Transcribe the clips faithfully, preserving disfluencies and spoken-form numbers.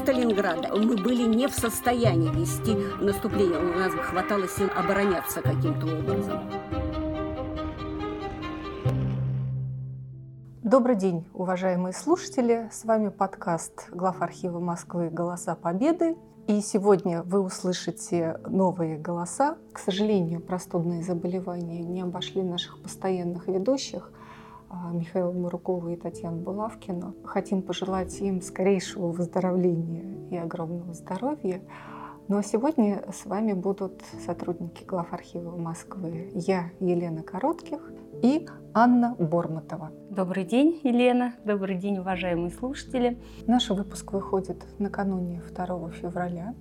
Сталинграда. Мы были не в состоянии вести наступление. У нас хватало сил обороняться каким-то образом. Добрый день, уважаемые слушатели. С вами подкаст Главархива Москвы «Голоса Победы». И сегодня вы услышите новые голоса. К сожалению, простудные заболевания не обошли наших постоянных ведущих Михаила Мурукова и Татьяну Булавкину. Хотим пожелать им скорейшего выздоровления и огромного здоровья. Ну а сегодня с вами будут сотрудники Главархива Москвы. Я, Елена Коротких, и Анна Бормотова. Добрый день, Елена. Добрый день, уважаемые слушатели. Наш выпуск выходит накануне второго февраля.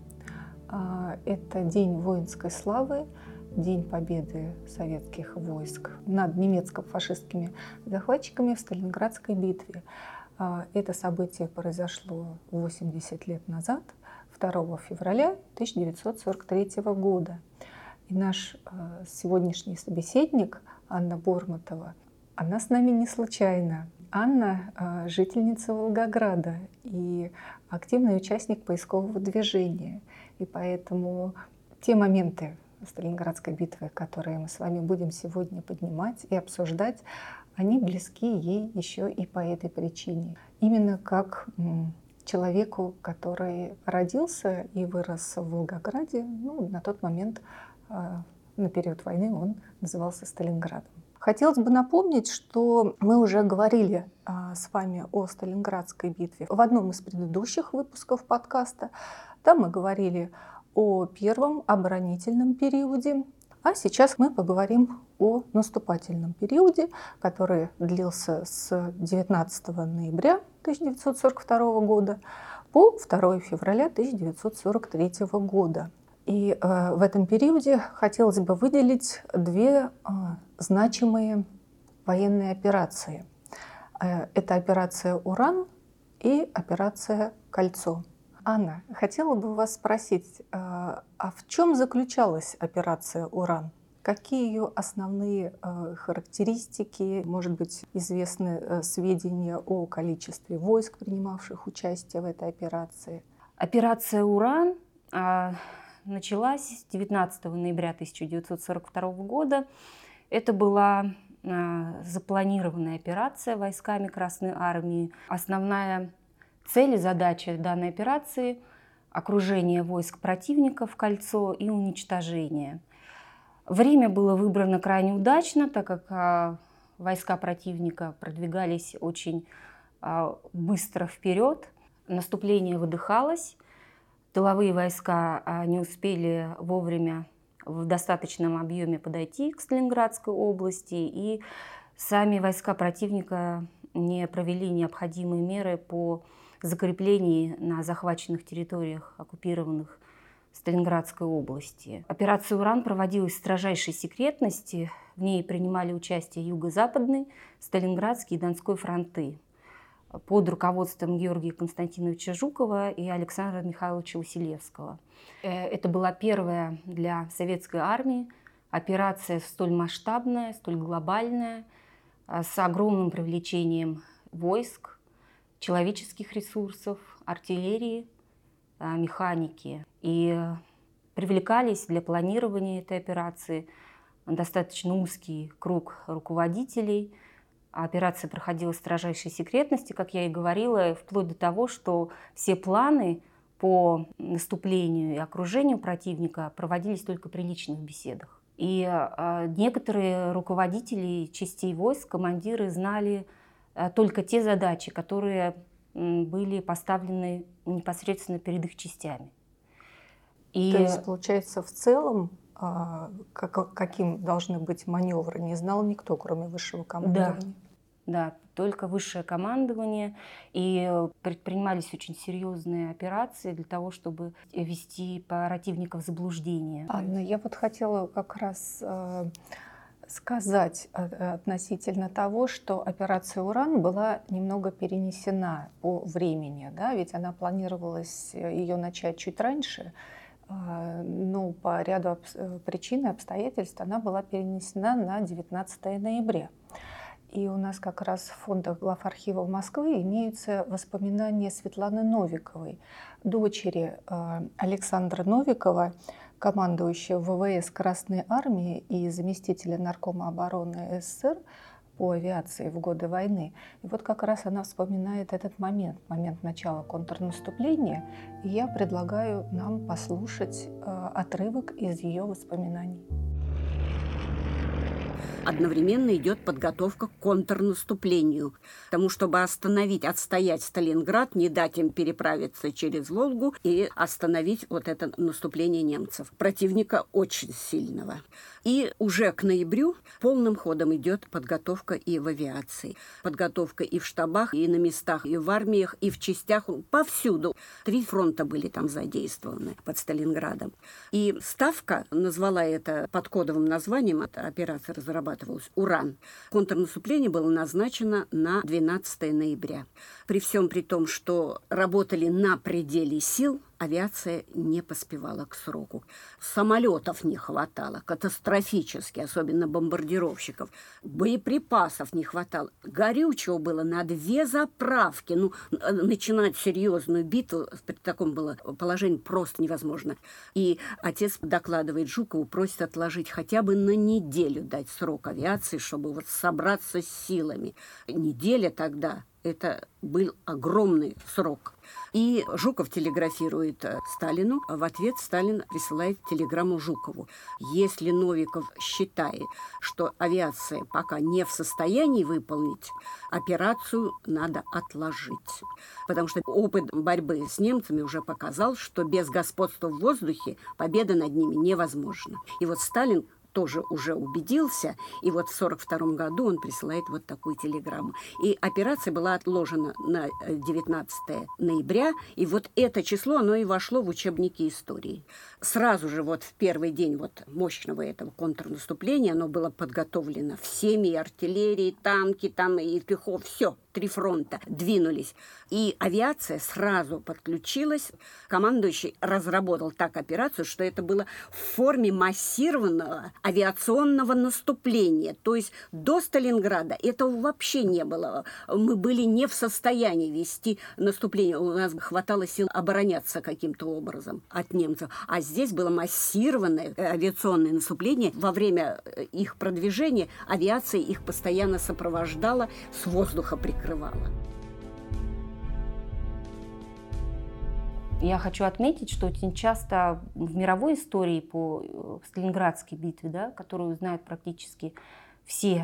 Это День воинской славы, День победы советских войск над немецко-фашистскими захватчиками в Сталинградской битве. Это событие произошло восемьдесят лет назад, второго февраля тысяча девятьсот сорок третьего года. И наш сегодняшний собеседник Анна Бормотова, она с нами не случайно. Анна – жительница Волгограда и активный участник поискового движения. И поэтому те моменты Сталинградской битвы, которые мы с вами будем сегодня поднимать и обсуждать, они близки ей еще и по этой причине. Именно как человеку, который родился и вырос в Волгограде, ну, на тот момент, на период войны, он назывался Сталинградом. Хотелось бы напомнить, что мы уже говорили а, с вами о Сталинградской битве в одном из предыдущих выпусков подкаста. Там мы говорили о первом оборонительном периоде, а сейчас мы поговорим о наступательном периоде, который длился с девятнадцатого ноября тысяча девятьсот сорок второго года по второго февраля тысяча девятьсот сорок третьего года. И э, в этом периоде хотелось бы выделить две э, значимые военные операции. Э, это операция «Уран» и операция «Кольцо». Анна, хотела бы вас спросить, э, а в чем заключалась операция «Уран»? Какие ее основные э, характеристики? Может быть, известны э, сведения о количестве войск, принимавших участие в этой операции? Операция «Уран» э, началась девятнадцатого ноября тысяча девятьсот сорок второго года. Это была э, запланированная операция войсками Красной Армии. Основная цель и задача данной операции – окружение войск противника в кольцо и уничтожение. Время было выбрано крайне удачно, так как э, войска противника продвигались очень э, быстро вперед, наступление выдыхалось. Тыловые войска не успели вовремя в достаточном объеме подойти к Сталинградской области, и сами войска противника не провели необходимые меры по закреплению на захваченных территориях, оккупированных Сталинградской области. Операция «Уран» проводилась в строжайшей секретности. В ней принимали участие Юго-Западный, Сталинградский и Донской фронты под руководством Георгия Константиновича Жукова и Александра Михайловича Василевского. Это была первая для советской армии операция столь масштабная, столь глобальная, с огромным привлечением войск, человеческих ресурсов, артиллерии, механики. И привлекались для планирования этой операции достаточно узкий круг руководителей. Операция проходила в строжайшей секретности, как я и говорила, вплоть до того, что все планы по наступлению и окружению противника проводились только при личных беседах. И э, некоторые руководители частей войск, командиры знали э, только те задачи, которые э, были поставлены непосредственно перед их частями. И... То есть, получается, в целом, э, как, каким должны быть маневры, не знал никто, кроме высшего командования? Да. Да, только высшее командование, и предпринимались очень серьезные операции для того, чтобы ввести противника в заблуждение. Анна, я вот хотела как раз э, сказать относительно того, что операция «Уран» была немного перенесена по времени, да, ведь она планировалась ее начать чуть раньше, э, но по ряду причин и обстоятельств она была перенесена на девятнадцатого ноября. И у нас как раз в фондах главархива Москвы имеются воспоминания Светланы Новиковой, дочери э, Александра Новикова, командующего ВВС Красной Армии и заместителя наркома обороны СССР по авиации в годы войны. И вот как раз она вспоминает этот момент, момент начала контрнаступления. И я предлагаю нам послушать э, отрывок из ее воспоминаний. Одновременно идет подготовка к контрнаступлению, тому, чтобы остановить, отстоять Сталинград, не дать им переправиться через Волгу и остановить вот это наступление немцев, противника очень сильного. И уже к ноябрю полным ходом идет подготовка и в авиации. Подготовка и в штабах, и на местах, и в армиях, и в частях, повсюду. Три фронта были там задействованы под Сталинградом. И Ставка назвала это под кодовым названием, эта операция разрабатывалась, «Уран». Контрнаступление было назначено на двенадцатое ноября. При всем при том, что работали на пределе сил, авиация не поспевала к сроку. Самолетов не хватало катастрофически, особенно бомбардировщиков. Боеприпасов не хватало. Горючего было на две заправки. Ну, начинать серьезную битву при таком было положении просто невозможно. И отец докладывает Жукову, просит отложить хотя бы на неделю, дать срок авиации, чтобы вот собраться с силами. Неделя тогда — это был огромный срок. И Жуков телеграфирует Сталину, а в ответ Сталин присылает телеграмму Жукову. Если Новиков считает, что авиация пока не в состоянии выполнить, операцию надо отложить. Потому что опыт борьбы с немцами уже показал, что без господства в воздухе победа над ними невозможна. И вот Сталин тоже уже убедился, и вот в сорок втором году он присылает вот такую телеграмму. И операция была отложена на девятнадцатое ноября, и вот это число, оно и вошло в учебники истории. Сразу же вот в первый день вот мощного этого контрнаступления оно было подготовлено всеми, и артиллерией, танки, там, и пехов, все, три фронта двинулись. И авиация сразу подключилась. Командующий разработал так операцию, что это было в форме массированного авиационного наступления. То есть до Сталинграда этого вообще не было. Мы были не в состоянии вести наступление. У нас хватало сил обороняться каким-то образом от немцев. А здесь было массированное авиационное наступление. Во время их продвижения авиация их постоянно сопровождала, с воздуха прикрывала. Я хочу отметить, что очень часто в мировой истории по Сталинградской битве, да, которую знают практически все,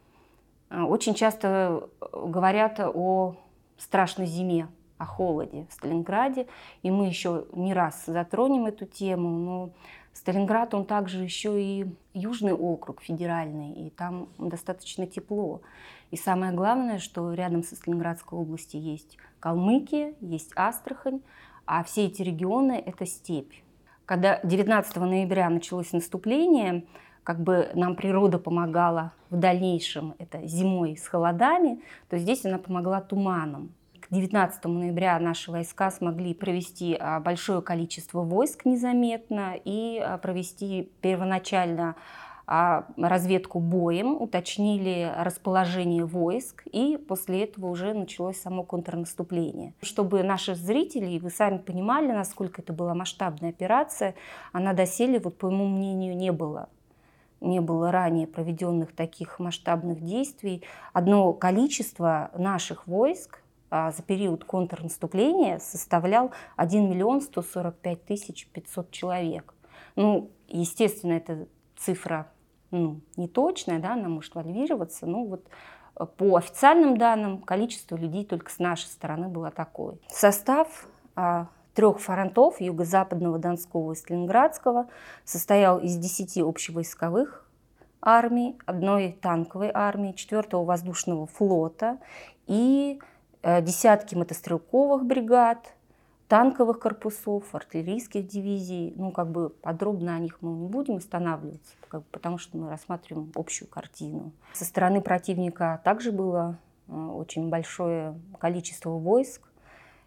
очень часто говорят о страшной зиме, о холоде в Сталинграде. И мы еще не раз затронем эту тему, но Сталинград, он также еще и южный округ федеральный, и там достаточно тепло. И самое главное, что рядом со Сталинградской областью есть Калмыкия, есть Астрахань, а все эти регионы – это степь. Когда девятнадцатого ноября началось наступление, как бы нам природа помогала в дальнейшем, это зимой с холодами, то здесь она помогла туманом. К девятнадцатому ноября наши войска смогли провести большое количество войск незаметно и провести первоначально разведку боем, уточнили расположение войск, и после этого уже началось само контрнаступление. Чтобы наши зрители, вы сами понимали, насколько это была масштабная операция, она доселе, вот, по моему мнению, не было. Не было ранее проведенных таких масштабных действий. Одно количество наших войск а, за период контрнаступления составлял один миллион сто сорок пять тысяч пятьсот человек. Ну, естественно, это цифра ну, неточная, да, она может варьироваться, но вот по официальным данным количество людей только с нашей стороны было такое. Состав а, трех фронтов, юго-западного, Донского и Сталинградского, состоял из десяти общевойсковых армий, одной танковой армии, четвертого воздушного флота и э, десятки мотострелковых бригад, танковых корпусов, артиллерийских дивизий. Ну, как бы подробно о них мы не будем останавливаться, как бы, потому что мы рассматриваем общую картину. Со стороны противника также было э, очень большое количество войск.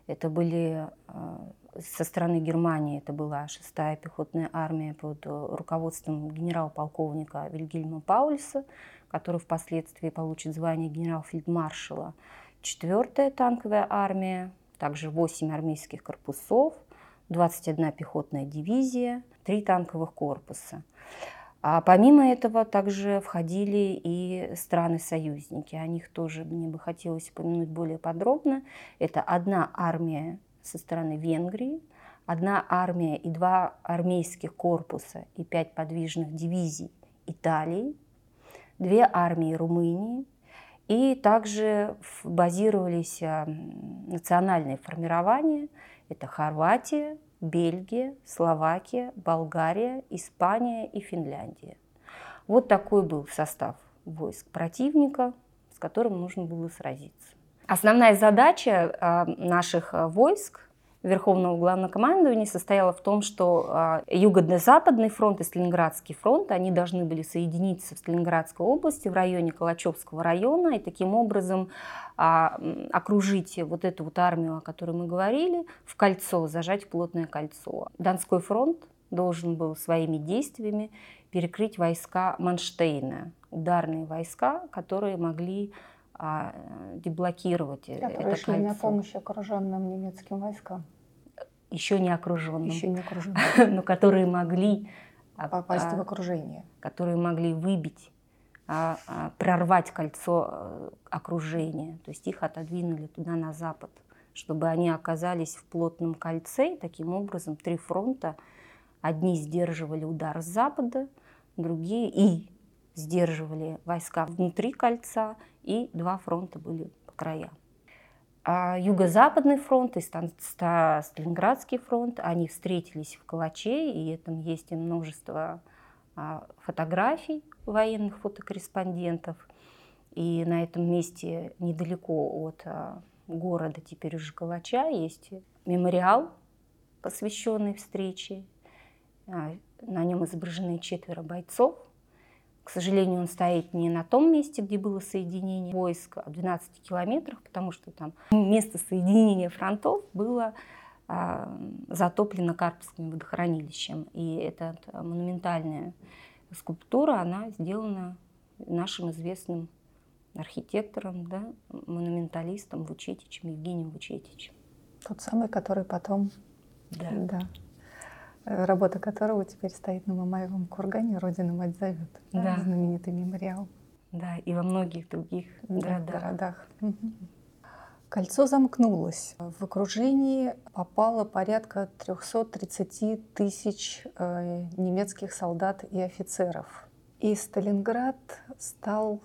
Это были со стороны Германии, это была шестая пехотная армия под руководством генерал-полковника Вильгельма Паульса, который впоследствии получит звание генерал-фельдмаршала. четвёртая танковая армия, также восемь армейских корпусов, двадцать одна пехотная дивизия, три танковых корпуса. А помимо этого также входили и страны-союзники. О них тоже мне бы хотелось упомянуть более подробно. Это одна армия со стороны Венгрии, одна армия и два армейских корпуса и пять подвижных дивизий Италии, две армии Румынии, и также базировались национальные формирования. Это Хорватия, Бельгия, Словакия, Болгария, Испания и Финляндия. Вот такой был состав войск противника, с которым нужно было сразиться. Основная задача наших войск Верховного Главнокомандования состояла в том, что Юго-Западный фронт и Сталинградский фронт, они должны были соединиться в Сталинградской области в районе Калачевского района и таким образом окружить вот эту вот армию, о которой мы говорили, в кольцо, зажать в плотное кольцо. Донской фронт должен был своими действиями перекрыть войска Манштейна, ударные войска, которые могли деблокировать которые это шли кольцо. На помощь окруженным немецким войскам. Еще не окруженным. Еще не окруженным. Но которые могли попасть в окружение. Которые могли выбить, прорвать кольцо окружения. То есть их отодвинули туда на запад, чтобы они оказались в плотном кольце. И таким образом три фронта, одни сдерживали удар с запада, другие и сдерживали войска внутри кольца, и два фронта были по краям. А Юго-Западный фронт и Сталинградский фронт, они встретились в Калаче, и этом есть и множество фотографий военных фотокорреспондентов. И на этом месте, недалеко от города, теперь уже Калача, есть мемориал, посвященный встрече. На нем изображены четверо бойцов. К сожалению, он стоит не на том месте, где было соединение войск, а в двенадцати километрах, потому что там место соединения фронтов было а, затоплено Карповским водохранилищем. И эта монументальная скульптура, она сделана нашим известным архитектором, да, монументалистом Вучетичем, Евгением Вучетичем. Тот самый, который потом... Да. Да. Работа которого теперь стоит на Мамаевом кургане, «Родина мать зовет», да. Да, знаменитый мемориал. Да, и во многих других да, городах. городах. Угу. Кольцо замкнулось. В окружении попало порядка трёхсот тридцати тысяч э, немецких солдат и офицеров. И Сталинград стал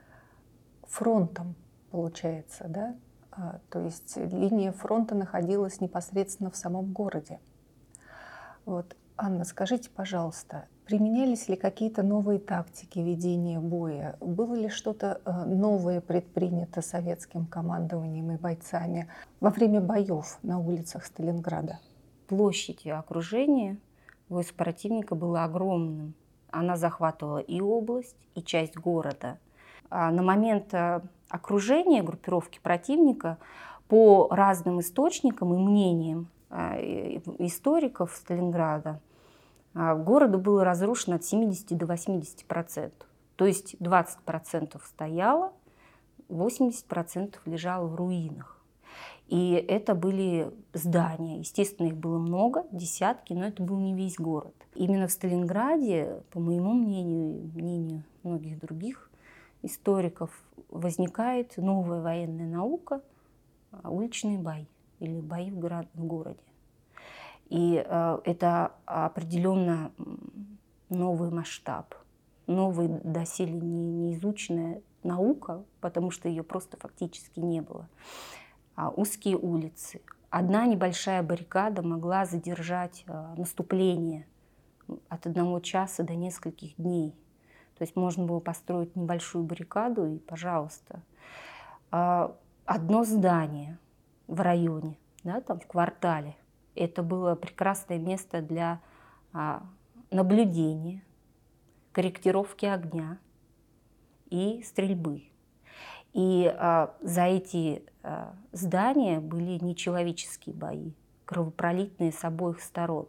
фронтом, получается, да? А, то есть линия фронта находилась непосредственно в самом городе. Вот, Анна, скажите, пожалуйста, применялись ли какие-то новые тактики ведения боя? Было ли что-то новое предпринято советским командованием и бойцами во время боев на улицах Сталинграда? Площадь окружения войск противника была огромным. Она захватывала и область, и часть города. А на момент окружения группировки противника по разным источникам и мнениям историков Сталинграда городу было разрушено от семидесяти до восьмидесяти процентов. То есть двадцать процентов стояло, восемьдесят процентов лежало в руинах. И это были здания. Естественно, их было много, десятки, но это был не весь город. Именно в Сталинграде, по моему мнению и мнению многих других историков, возникает новая военная наука – уличные бои или бои в, город, в городе. И э, это определенно новый масштаб, новая доселе не, не изученная наука, потому что ее просто фактически не было. А узкие улицы. Одна небольшая баррикада могла задержать э, наступление от одного часа до нескольких дней. То есть можно было построить небольшую баррикаду и, пожалуйста, э, одно здание в районе, да, там в квартале. Это было прекрасное место для а, наблюдения, корректировки огня и стрельбы. И а, за эти а, здания были нечеловеческие бои, кровопролитные с обоих сторон.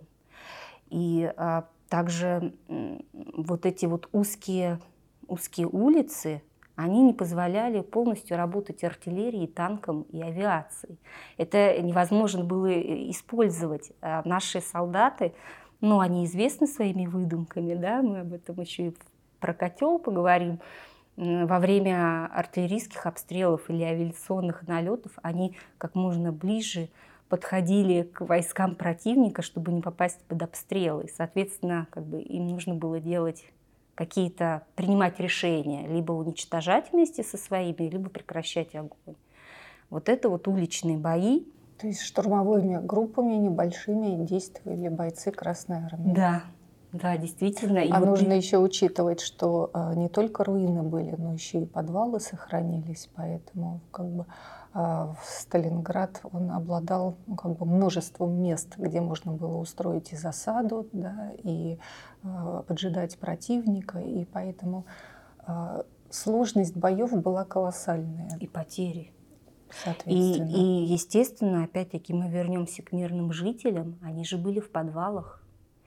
И а, также м, вот эти вот узкие, узкие улицы, они не позволяли полностью работать артиллерии, танкам и авиацией. Это невозможно было использовать. А наши солдаты, ну, они известны своими выдумками, да, мы об этом еще и про котел поговорим. Во время артиллерийских обстрелов или авиационных налетов они как можно ближе подходили к войскам противника, чтобы не попасть под обстрелы. И, соответственно, как бы им нужно было делать какие-то, принимать решения, либо уничтожать вместе со своими, либо прекращать огонь. Вот это вот уличные бои. То есть штурмовыми группами небольшими действовали бойцы Красной Армии. Да, да, действительно. И а вот нужно и... еще учитывать, что э, не только руины были, но еще и подвалы сохранились, поэтому как бы э, Сталинград, он обладал, ну, как бы множеством мест, где можно было устроить и засаду, да, и э, поджидать противника, и поэтому э, сложность боев была колоссальная. И потери. Соответственно. И, и, естественно, опять-таки мы вернемся к мирным жителям, они же были в подвалах.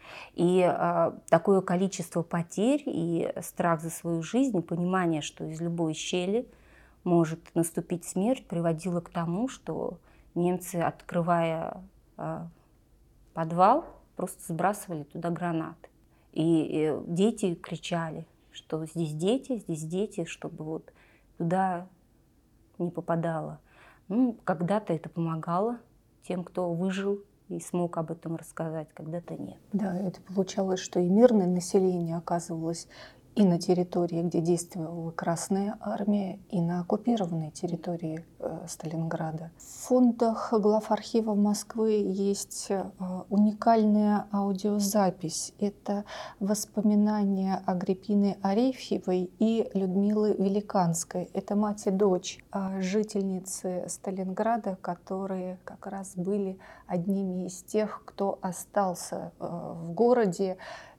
И а, такое количество потерь и страх за свою жизнь, и понимание, что из любой щели может наступить смерть, приводило к тому, что немцы, открывая а, подвал, просто сбрасывали туда гранаты. И, и дети кричали, что здесь дети, здесь дети, чтобы вот туда не попадало. Ну, когда-то это помогало тем, кто выжил и смог об этом рассказать, когда-то нет. Да, это получалось, что и мирное население оказывалось и на территории, где действовала Красная Армия, и на оккупированной территории э, Сталинграда. В фондах главархива Москвы есть э, уникальная аудиозапись. Это воспоминания Агриппины Арефьевой и Людмилы Великанской. Это мать и дочь, э, жительницы Сталинграда, которые как раз были одними из тех, кто остался э, в городе.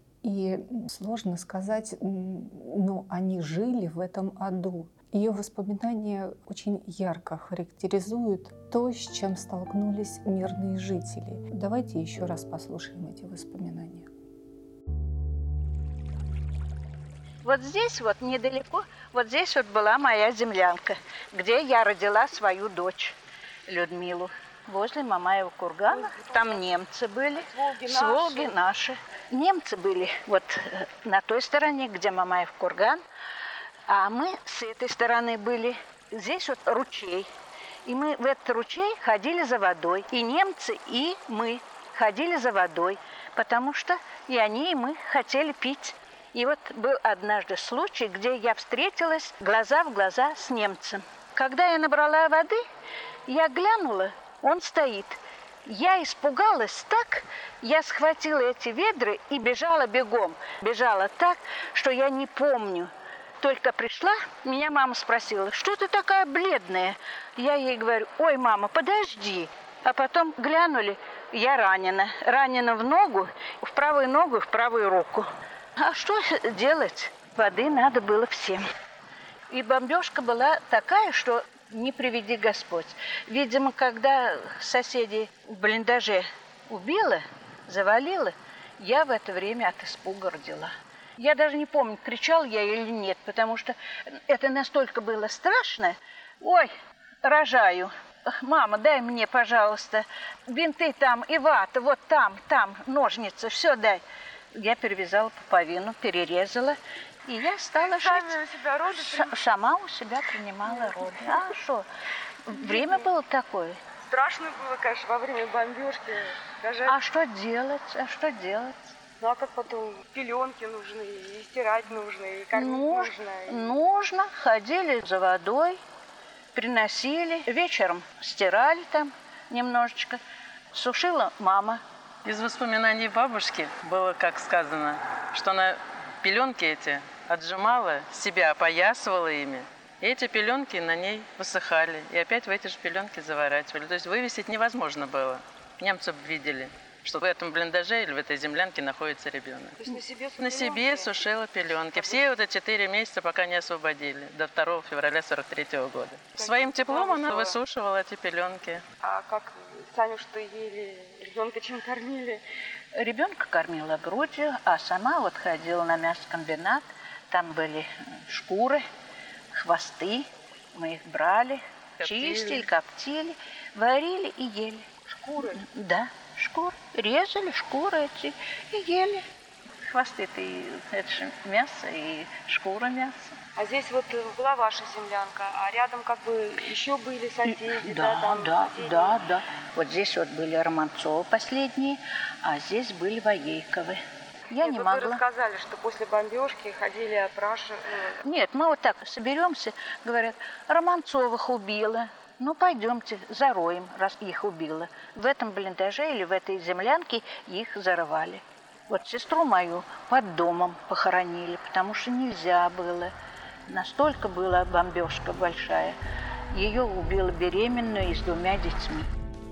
И сложно сказать, но они жили в этом аду. Ее воспоминания очень ярко характеризуют то, с чем столкнулись мирные жители. Давайте еще раз послушаем эти воспоминания. Вот здесь вот недалеко, вот здесь вот была моя землянка, где я родила свою дочь Людмилу. Возле Мамаева кургана. Там немцы были, с Волги наши. Немцы были вот на той стороне, где Мамаев курган, а мы с этой стороны были. Здесь вот ручей. И мы в этот ручей ходили за водой. И немцы, и мы ходили за водой, потому что и они, и мы хотели пить. И вот был однажды случай, где я встретилась глаза в глаза с немцем. Когда я набрала воды, я глянула, он стоит. Я испугалась так, я схватила эти ведра и бежала бегом. Бежала так, что я не помню. Только пришла, меня мама спросила, что ты такая бледная? Я ей говорю, ой, мама, подожди. А потом глянули, я ранена. Ранена в ногу, в правую ногу, в правую руку. А что делать? Воды надо было всем. И бомбежка была такая, что не приведи Господь. Видимо, когда соседей в блиндаже убила, завалила, я в это время от испуга родила. Я даже не помню, кричал я или нет, потому что это настолько было страшно. Ой, рожаю. Мама, дай мне, пожалуйста, бинты там и вата, вот там, там, ножницы, все дай. Я перевязала пуповину, перерезала. И я стала шить. Сами у себя роды? С- сама у себя принимала роды. А что? Время было такое. Страшно было, конечно, во время бомбежки. Даже... А что делать? А что делать? Ну а как потом? Пеленки нужны, и стирать нужно, и кормить Нуж- нужно. И... Нужно. Ходили за водой, приносили. Вечером стирали там немножечко. Сушила мама. Из воспоминаний бабушки было, как сказано, что она пеленки эти отжимала, себя опоясывала ими. И эти пеленки на ней высыхали. И опять в эти же пеленки заворачивали. То есть вывесить невозможно было. Немцы бы видели. что в этом блиндаже или в этой землянке находится ребенок. То есть на себе На себе сушила пеленки. Все вот эти четыре месяца, пока не освободили, до второго февраля сорок третьего года. Своим теплом она высушивала эти пеленки. А как сами что ели? Ребенка чем кормили? Ребенка кормила грудью, а сама вот ходила на мясокомбинат. Там были шкуры, хвосты. Мы их брали, Коптили. чистили, коптили, варили и ели. Шкуры? Да, шкуры. Резали шкуры эти и ели. Хвосты-то и это же мясо, и шкура мяса. А здесь вот была ваша землянка, а рядом как бы еще были соседи, да, Да, там да, соседи? да, да. Вот здесь вот были Романцовы последние, а здесь были Воейковы. Я Нет, не вот могла. Вы рассказали, что после бомбежки ходили опрашивать. Нет, мы вот так соберемся, говорят, Романцовых убила. Ну, пойдемте, зароем, раз их убила. В этом блиндаже или в этой землянке их зарывали. Вот сестру мою под домом похоронили, потому что нельзя было. Настолько была бомбежка большая. Ее убила беременную и с двумя детьми.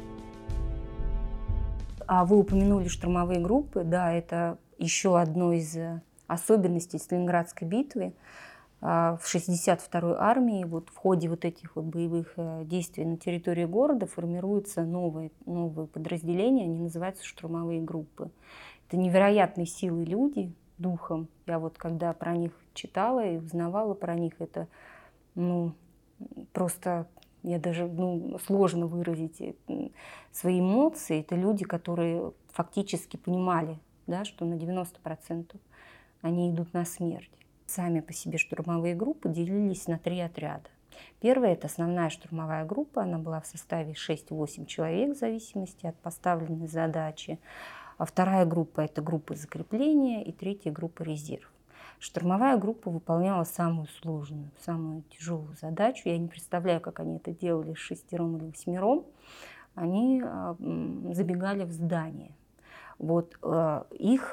А вы упомянули штурмовые группы. Да, это еще одно из особенностей Сталинградской битвы. В шестьдесят второй армии вот в ходе вот этих вот боевых действий на территории города формируются новые, новые подразделения, они называются штурмовые группы. Это невероятной силы люди, духом. Я вот когда про них читала и узнавала про них, это ну, просто, я даже, ну, сложно выразить свои эмоции. Это люди, которые фактически понимали, да, что на девяносто процентов они идут на смерть. Сами по себе штурмовые группы делились на три отряда. Первая – это основная штурмовая группа, она была в составе шесть-восемь человек в зависимости от поставленной задачи. А вторая группа – это группа закрепления, и третья группа – резерв. Штурмовая группа выполняла самую сложную, самую тяжелую задачу. Я не представляю, как они это делали с шестером или восьмером. Они забегали в здание. Вот, их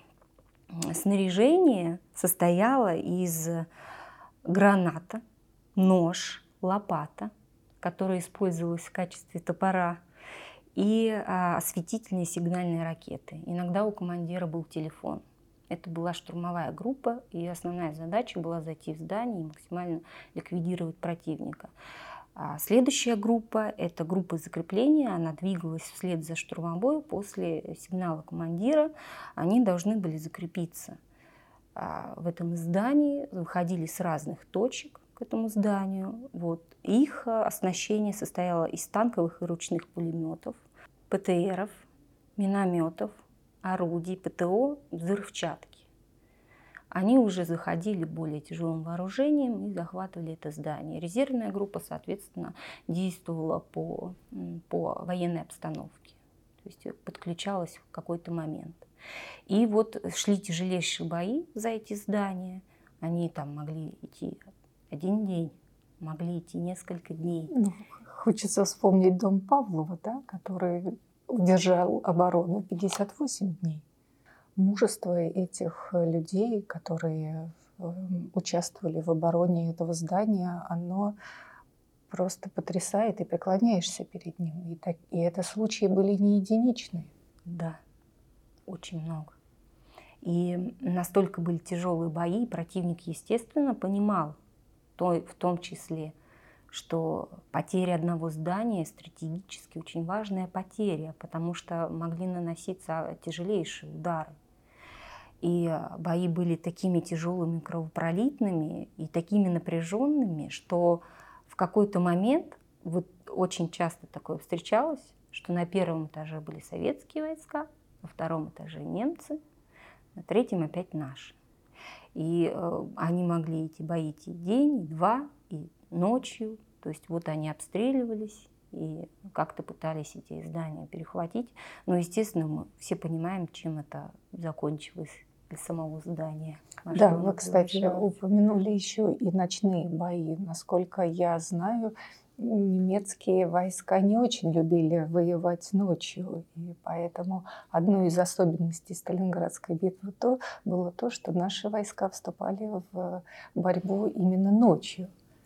снаряжение состояло из граната, нож, лопата, которая использовалась в качестве топора, и осветительные сигнальные ракеты. Иногда у командира был телефон. Это была штурмовая группа, и основная задача была зайти в здание и максимально ликвидировать противника. А следующая группа – это группа закрепления. Она двигалась вслед за штурмовой. После сигнала командира они должны были закрепиться в этом здании, выходили с разных точек к этому зданию. Вот. Их оснащение состояло из танковых и ручных пулеметов, ПТРов, минометов, орудий, ПТО, взрывчатки. Они уже заходили более тяжелым вооружением и захватывали это здание. Резервная группа, соответственно, действовала по, по военной обстановке, то есть подключалась в какой-то момент. И вот шли тяжелейшие бои за эти здания. Они там могли идти один день, могли идти несколько дней. Ну, хочется вспомнить дом Павлова, да, который удержал оборону пятьдесят восемь дней. Мужество этих людей, которые участвовали в обороне этого здания, оно просто потрясает, и преклоняешься перед ним. И, так, и это случаи были не единичные. Да, очень много. И настолько были тяжелые бои, противник, естественно, понимал, то, в том числе, что потеря одного здания стратегически очень важная потеря, потому что могли наноситься тяжелейшие удары. И бои были такими тяжелыми, кровопролитными и такими напряженными, что в какой-то момент, вот очень часто такое встречалось, что на первом этаже были советские войска, на втором этаже немцы, на третьем опять наши. И э, они могли эти бои идти день, и два, и ночью. То есть вот они обстреливались и как-то пытались эти здания перехватить. Но, естественно, мы все понимаем, чем это закончилось для самого здания. Да, вы, кстати, упомянули еще и ночные бои. Насколько я знаю, немецкие войска не очень любили воевать ночью. И поэтому одной из особенностей Сталинградской битвы то было то, что наши войска вступали в борьбу именно ночью.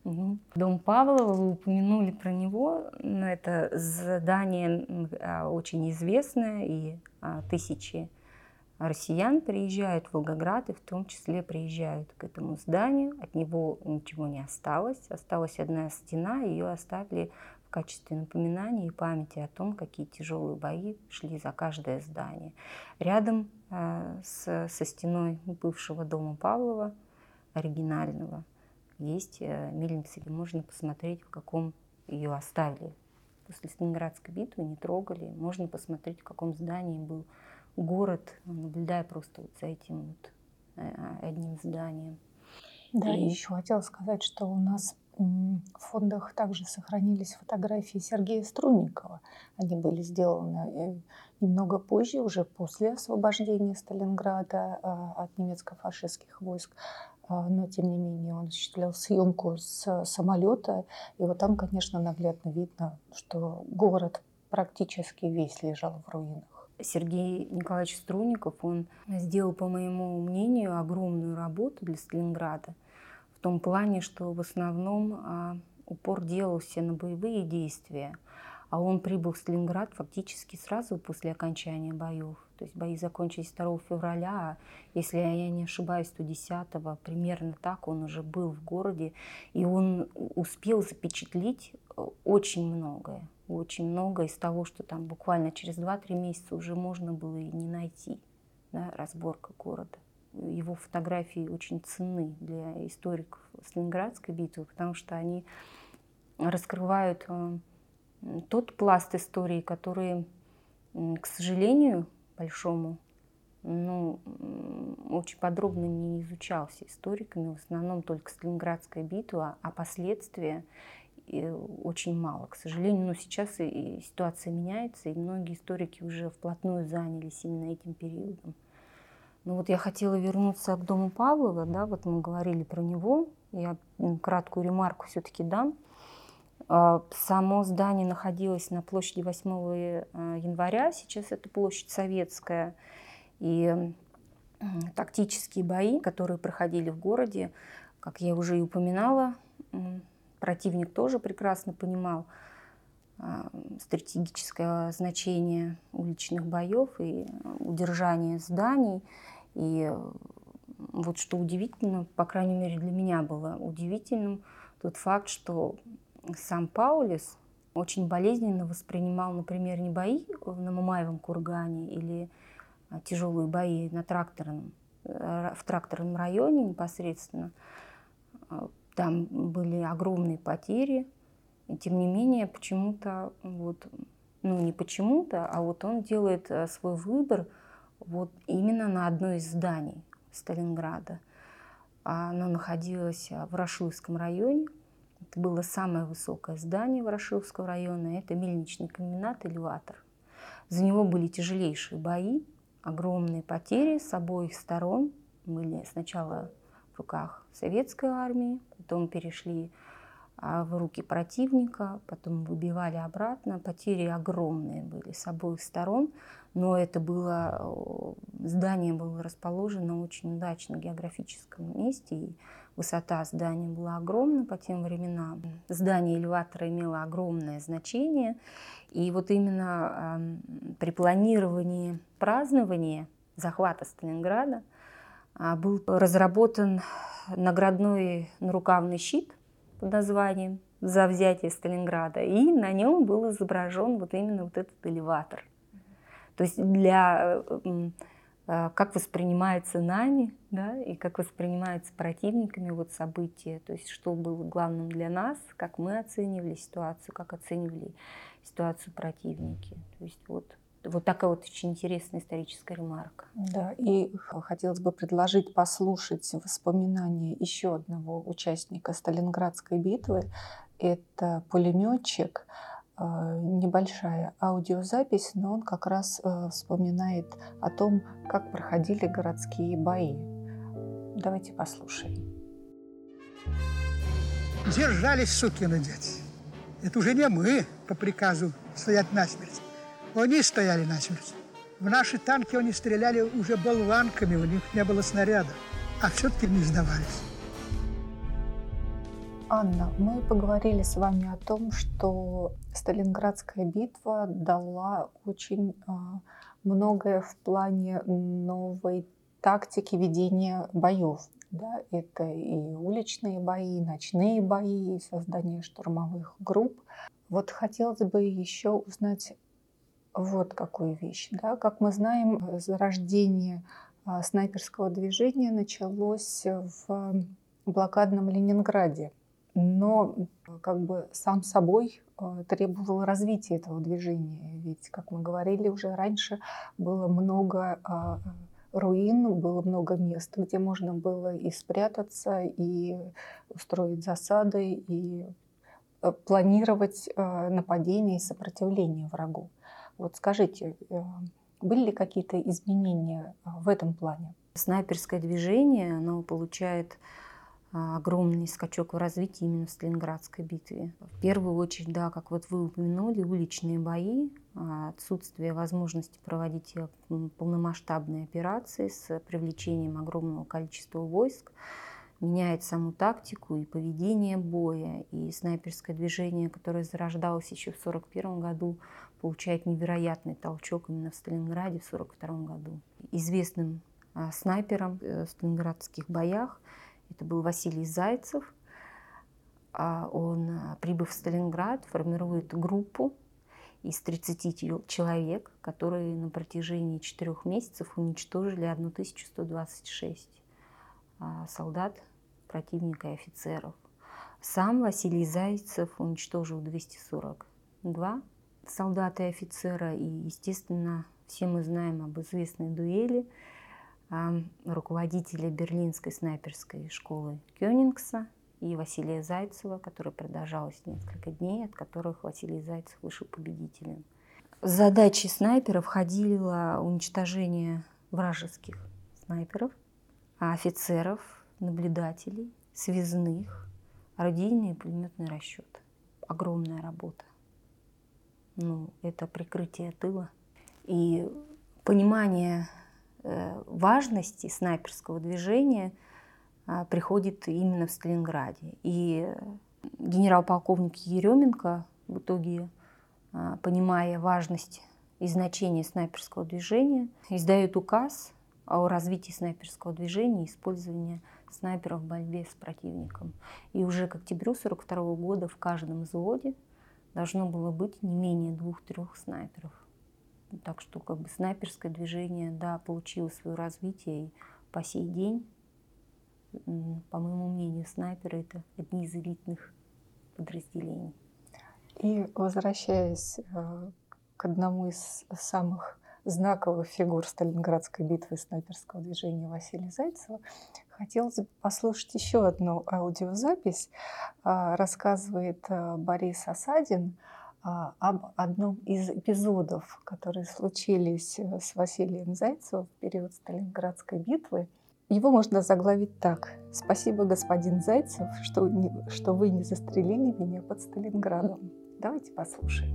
Угу. Дом Павлова, вы упомянули про него. Это здание очень известное, и тысячи россиян приезжают в Волгоград, и в том числе приезжают к этому зданию. От него ничего не осталось. Осталась одна стена, ее оставили в качестве напоминания и памяти о том, какие тяжелые бои шли за каждое здание. Рядом э, с, со стеной бывшего дома Павлова, оригинального, есть э, мельница, где можно посмотреть, в каком ее оставили. После Сталинградской битвы не трогали. Можно посмотреть, в каком здании был город, наблюдая просто вот за этим вот одним зданием. Да, и еще хотела сказать, что у нас в фондах также сохранились фотографии Сергея Струнникова. Они были сделаны немного позже, уже после освобождения Сталинграда от немецко-фашистских войск. Но, тем не менее, он осуществлял съемку с самолета. И вот там, конечно, наглядно видно, что город практически весь лежал в руинах. Сергей Николаевич Струнников, он сделал, по моему мнению, огромную работу для Сталинграда. В том плане, что в основном а, упор делался на боевые действия. А он прибыл в Сталинград фактически сразу после окончания боев. То есть бои закончились второго февраля, а если я не ошибаюсь, то десятого, примерно так, он уже был в городе. И он успел запечатлеть очень многое. Очень много из того, что там буквально через два-три месяца уже можно было и не найти, да, разборка города. Его фотографии очень ценны для историков Сталинградской битвы, потому что они раскрывают э, тот пласт истории, который, э, к сожалению, большому, ну, очень подробно не изучался историками, в основном только Сталинградская битва, а последствия очень мало, к сожалению. Но сейчас и ситуация меняется, и многие историки уже вплотную занялись именно этим периодом. Ну вот я хотела вернуться к дому Павлова, да, вот мы говорили про него, я краткую ремарку все-таки дам. Само здание находилось на площади восьмого января, сейчас это площадь Советская, и тактические бои, которые проходили в городе, как я уже и упоминала, противник тоже прекрасно понимал стратегическое значение уличных боев и удержания зданий. И вот что удивительно, по крайней мере для меня было удивительным, тот факт, что сам Паулюс очень болезненно воспринимал, например, не бои на Мамаевом кургане или тяжелые бои на тракторном, в тракторном районе непосредственно. Там были огромные потери, и тем не менее почему-то, вот, ну не почему-то, а вот он делает свой выбор вот именно на одно из зданий Сталинграда. Оно находилось в Ворошиловском районе, это было самое высокое здание Ворошиловского района, это мельничный комбинат «Элеватор». За него были тяжелейшие бои, огромные потери с обоих сторон, были сначала в руках советской армии, потом перешли в руки противника, потом выбивали обратно. Потери огромные были с обоих сторон, но это было, здание было расположено очень удачно в географическом месте, и высота здания была огромна по тем временам. Здание «Элеватора» имело огромное значение, и вот именно при планировании празднования захвата Сталинграда был разработан наградной нарукавный щит под названием «За взятие Сталинграда», и на нем был изображен вот именно вот этот элеватор. То есть для как воспринимается нами, да, и как воспринимается противниками вот события, то есть что было главным для нас, как мы оценивали ситуацию, как оценивали ситуацию противники. То есть вот Вот такая вот очень интересная историческая ремарка. Да, и хотелось бы предложить послушать воспоминания еще одного участника Сталинградской битвы. Это пулеметчик, небольшая аудиозапись, но он как раз вспоминает о том, как проходили городские бои. Давайте послушаем. Держались, сукины дети. Это уже не мы по приказу стоять насмерть. Они стояли насмерть. В наши танки они стреляли уже болванками, у них не было снаряда. А все-таки не сдавались. Анна, мы поговорили с вами о том, что Сталинградская битва дала очень а, многое в плане новой тактики ведения боев. Да, это и уличные бои, и ночные бои, и создание штурмовых групп. Вот хотелось бы еще узнать вот какую вещь. Да? Как мы знаем, зарождение а, снайперского движения началось в блокадном Ленинграде. Но как бы сам собой э, требовало развития этого движения. Ведь, как мы говорили уже раньше, было много э, руин, было много мест, где можно было и спрятаться, и устроить засады, и э, планировать э, нападение и сопротивление врагу. Вот скажите, э, были ли какие-то изменения э, в этом плане? Снайперское движение, оно получает огромный скачок в развитии именно в Сталинградской битве. В первую очередь, да, как вот вы упомянули, уличные бои, отсутствие возможности проводить полномасштабные операции с привлечением огромного количества войск меняет саму тактику и поведение боя. И снайперское движение, которое зарождалось еще в сорок первом году, получает невероятный толчок именно в Сталинграде в сорок втором году. Известным снайпером в сталинградских боях это был Василий Зайцев. Он, прибыв в Сталинград, формирует группу из тридцати человек, которые на протяжении четырех месяцев уничтожили тысячу сто двадцать шесть солдат противника и офицеров. Сам Василий Зайцев уничтожил двести сорок два солдата и офицера. И, естественно, все мы знаем об известной дуэли руководителя берлинской снайперской школы Кёнигса и Василия Зайцева, которая продолжалась несколько дней, от которых Василий Зайцев вышел победителем. В задачи снайперов входило уничтожение вражеских снайперов, офицеров, наблюдателей, связных, орудийный и пулеметный расчет. Огромная работа. Ну, это прикрытие тыла. И понимание важности снайперского движения приходит именно в Сталинграде. И генерал-полковник Еременко в итоге, понимая важность и значение снайперского движения, издает указ о развитии снайперского движения и использовании снайперов в борьбе с противником. И уже к октябрю сорок второго года в каждом взводе должно было быть не менее двух-трех снайперов. Так что как бы снайперское движение, да, получило свое развитие, и по сей день, по моему мнению, снайперы — это одни из элитных подразделений. И возвращаясь э, к одному из самых знаковых фигур Сталинградской битвы и снайперского движения Василия Зайцева, хотелось бы послушать еще одну аудиозапись. Э, рассказывает э, Борис Осадин об одном из эпизодов, которые случились с Василием Зайцевым в период Сталинградской битвы. Его можно заглавить так: «Спасибо, господин Зайцев, что, не, что вы не застрелили меня под Сталинградом». Давайте послушаем.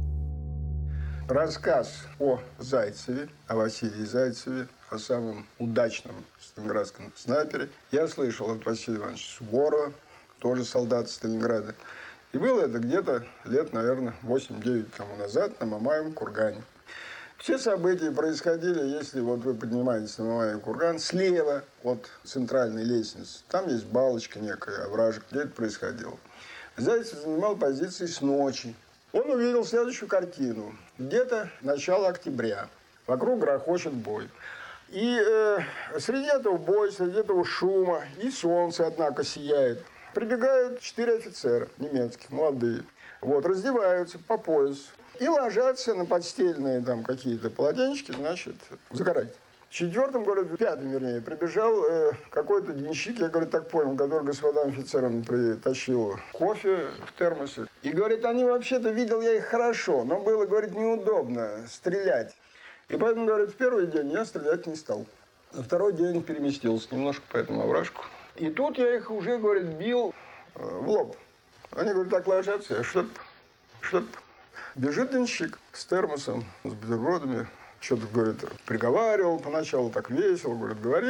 Рассказ о Зайцеве, о Василии Зайцеве, о самом удачном сталинградском снайпере я слышал от Василия Ивановича Суворова, тоже солдат Сталинграда. И было это где-то лет, наверное, восемь-девять тому назад на Мамаевом кургане. Все события происходили, если вот вы поднимаетесь на Мамаев курган, слева от центральной лестницы. Там есть балочка некая, овражек, где это происходило. Зайцев занимал позиции с ночи. Он увидел следующую картину. Где-то начало октября. Вокруг грохочет бой. И э, среди этого боя, среди этого шума и солнце, однако, сияет. Прибегают четыре офицера немецких, молодые. Вот, раздеваются по пояс и ложатся на подстельные там какие-то полотенечки, значит, загорать. В четвертом, говорит, пятом, вернее, прибежал э, какой-то денщик, я, говорит, так понял, который господам офицерам притащил кофе в термосе. И, говорит, они вообще-то, видел я их хорошо, но было, говорит, неудобно стрелять. И поэтому, говорит, в первый день я стрелять не стал. На второй день переместился немножко по этому овражку. И тут я их уже, говорит, бил э, в лоб. Они, говорит, так ложатся, я что-то, что-то. Бежит денщик с термосом, с бутербродами. Что-то, говорит, приговаривал поначалу, так весело, говорит, говорил.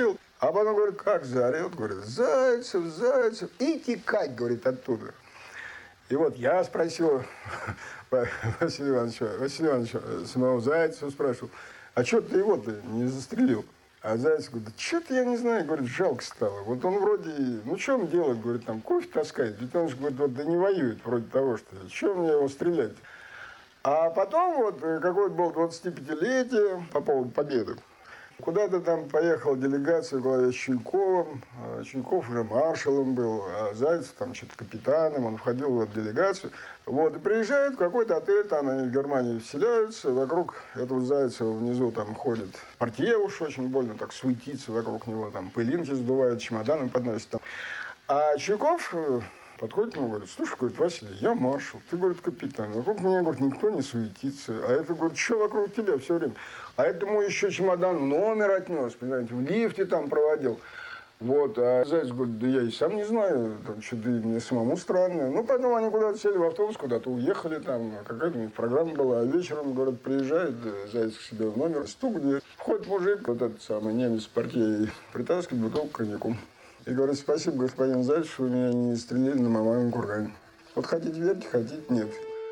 А потом, говорит, как заорет, говорит, Зайцев, Зайцев, и текать, говорит, оттуда. И вот я спросил Василия Ивановича, Василия Ивановича, самого Зайцева спрашивал, а что ты его-то не застрелил? А Зайцев говорит, да что-то я не знаю, говорит, жалко стало. Вот он вроде, ну что он делает, говорит, там кофе таскает, ведь он же, говорит, вот да не воюет вроде того, что, что мне его стрелять? А потом вот какое-то было двадцатипятилетие по поводу победы. Куда-то там поехала делегация в главе с Чуйковым. Чуйков уже маршалом был, а Зайцев там что-то капитаном. Он входил в эту делегацию. Вот, и приезжают в какой-то отель, там они в Германии вселяются. Вокруг этого Зайцева внизу там ходит портье уж очень больно так суетится вокруг него. Там пылинки сдувают, чемоданы подносят. Там. А Чуйков подходит к нему и говорит, слушай, говорит, Василий, я маршал, ты, говорит, капитан. Вокруг меня, говорит, никто не суетится. А это, говорит, что вокруг тебя все время? А это ему еще чемодан в номер отнес, понимаете, в лифте там проводил. Вот, а Зайцев говорит, да я и сам не знаю, там что-то мне самому странно. Ну, потом они куда-то сели в автобус, куда-то уехали, там какая-то у них программа была. А вечером, говорит, приезжает Зайцев к себе в номер, стук, где входит мужик, вот этот самый немец портье, притаскивает бутылку коньяку. И говорит, спасибо, господин Зайцев, что вы меня не стрелили на Мамаевом кургане. Вот хотите верьте, хотите нет.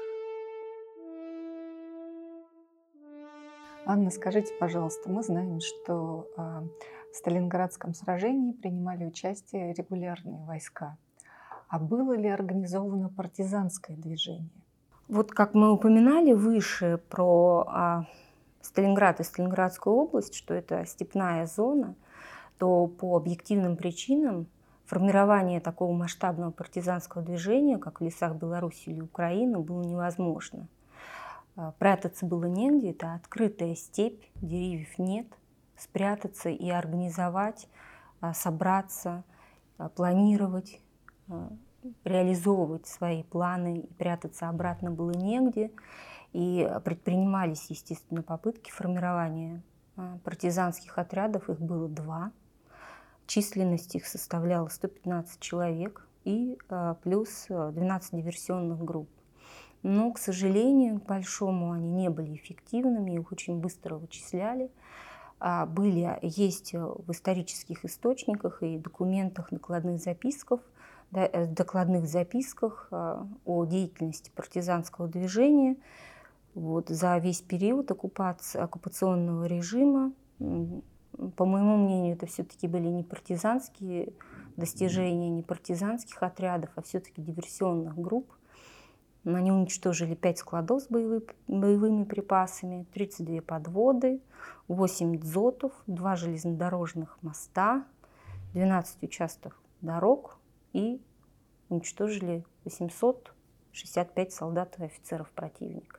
Анна, скажите, пожалуйста, мы знаем, что э, в Сталинградском сражении принимали участие регулярные войска. А было ли организовано партизанское движение? Вот как мы упоминали выше про а, Сталинград и Сталинградскую область, что это степная зона, то по объективным причинам формирование такого масштабного партизанского движения, как в лесах Беларуси или Украины, было невозможно. Прятаться было негде, это открытая степь, деревьев нет. Спрятаться и организовать, собраться, планировать, реализовывать свои планы и прятаться обратно было негде. И предпринимались, естественно, попытки формирования партизанских отрядов, их было два. Численность их составляла сто пятнадцать человек и плюс двенадцать диверсионных групп. Но, к сожалению, к большому они не были эффективными, их очень быстро вычисляли. Были, есть в исторических источниках и документах, докладных записках, докладных записках о деятельности партизанского движения. Вот, за весь период оккупации, оккупационного режима, по моему мнению, это все-таки были не партизанские достижения, не партизанских отрядов, а все-таки диверсионных групп. Они уничтожили пять складов с боевыми, боевыми припасами, тридцать две подводы, восемь дзотов, два железнодорожных моста, двенадцать участков дорог и уничтожили восемьсот шестьдесят пять солдат и офицеров противника.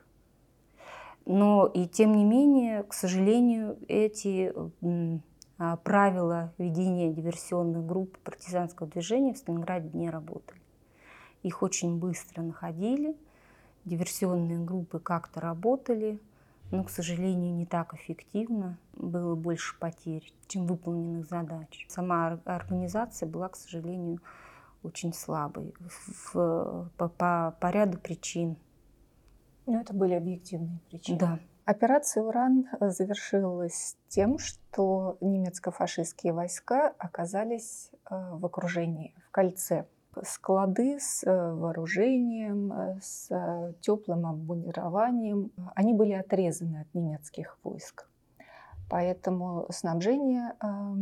Но и тем не менее, к сожалению, эти а, правила ведения диверсионных групп партизанского движения в Сталинграде не работали. Их очень быстро находили, диверсионные группы как-то работали, но, к сожалению, не так эффективно, было больше потерь, чем выполненных задач. Сама организация была, к сожалению, очень слабой в, по, по, по ряду причин. Но это были объективные причины. Да. Операция «Уран» завершилась тем, что немецко-фашистские войска оказались в окружении, в кольце. Склады с вооружением, с теплым обмундированием, они были отрезаны от немецких войск. Поэтому снабжение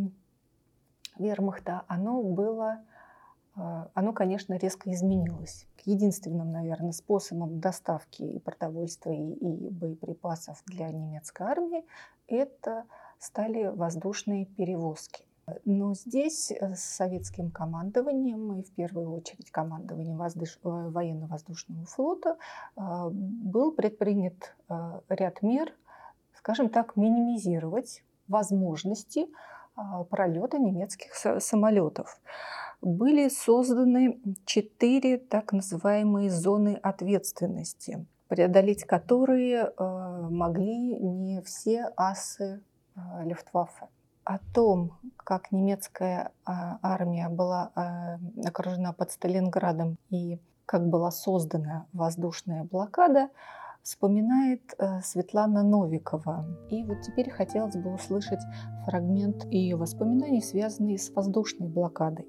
вермахта, оно было, оно, конечно, резко изменилось. Единственным, наверное, способом доставки и продовольствия, и боеприпасов для немецкой армии это стали воздушные перевозки. Но здесь с советским командованием, и в первую очередь командованием воздуш... военно-воздушного флота, был предпринят ряд мер, скажем так, минимизировать возможности пролета немецких самолетов. Были созданы четыре так называемые зоны ответственности, преодолеть которые могли не все асы Люфтваффе. О том, как немецкая армия была окружена под Сталинградом и как была создана воздушная блокада, вспоминает Светлана Новикова. И вот теперь хотелось бы услышать фрагмент ее воспоминаний, связанные с воздушной блокадой.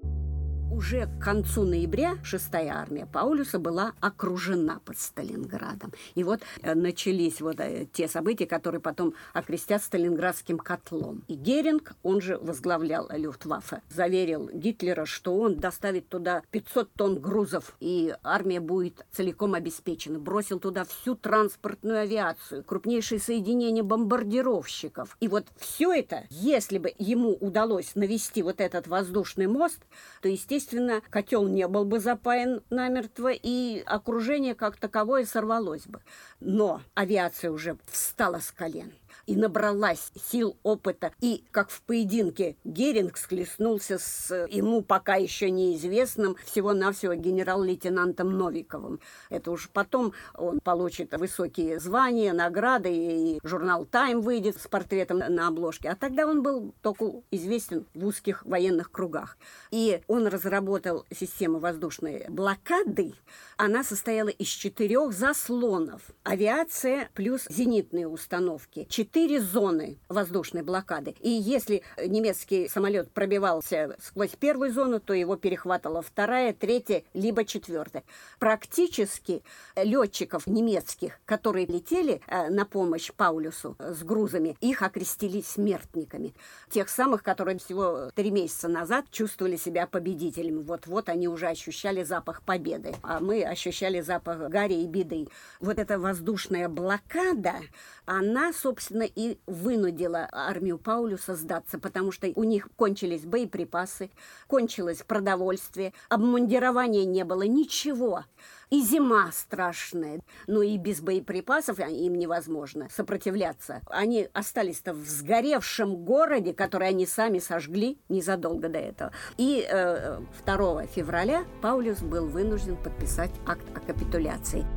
Уже к концу ноября шестая армия Паулюса была окружена под Сталинградом. И вот начались вот те события, которые потом окрестят Сталинградским котлом. И Геринг, он же возглавлял Люфтваффе, заверил Гитлера, что он доставит туда пятьсот тонн грузов, и армия будет целиком обеспечена. Бросил туда всю транспортную авиацию, крупнейшие соединения бомбардировщиков. И вот все это, если бы ему удалось навести вот этот воздушный мост, то, естественно, Естественно, котел не был бы запаян намертво, и окружение как таковое сорвалось бы. Но авиация уже встала с колен и набралась сил, опыта. И, как в поединке, Геринг схлестнулся с ему пока еще неизвестным всего-навсего генерал-лейтенантом Новиковым. Это уж потом он получит высокие звания, награды, и журнал «Тайм» выйдет с портретом на обложке. А тогда он был только известен в узких военных кругах. И он разработал систему воздушной блокады. Она состояла из четырех заслонов. Авиация плюс зенитные установки. Четыре зоны воздушной блокады. И если немецкий самолет пробивался сквозь первую зону, то его перехватывала вторая, третья, либо четвертая. Практически летчиков немецких, которые летели на помощь Паулюсу с грузами, их окрестили смертниками. Тех самых, которые всего три месяца назад чувствовали себя победителями. Вот-вот они уже ощущали запах победы, а мы ощущали запах гари и беды. Вот эта воздушная блокада, она, собственно, и вынудила армию Паулюса сдаться, потому что у них кончились боеприпасы, кончилось продовольствие, обмундирования не было, ничего. И зима страшная. Ну и без боеприпасов им невозможно сопротивляться. Они остались-то в сгоревшем городе, который они сами сожгли незадолго до этого. И э, второго февраля Паулюс был вынужден подписать акт о капитуляции.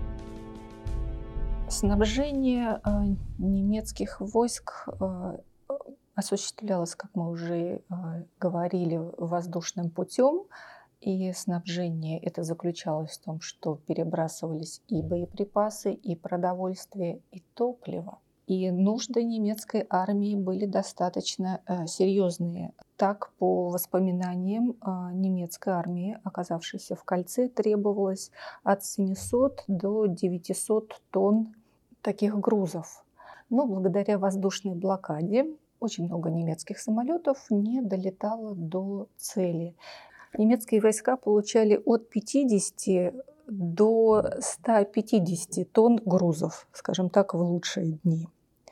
Снабжение э, немецких войск э, осуществлялось, как мы уже э, говорили, воздушным путем. И снабжение это заключалось в том, что перебрасывались и боеприпасы, и продовольствие, и топливо. И нужды немецкой армии были достаточно э, серьезные. Так, по воспоминаниям э, немецкой армии, оказавшейся в кольце, требовалось от семисот до девятисот тонн таких грузов. Но благодаря воздушной блокаде очень много немецких самолетов не долетало до цели. Немецкие войска получали от пятидесяти до ста пятидесяти тонн грузов, скажем так, в лучшие дни.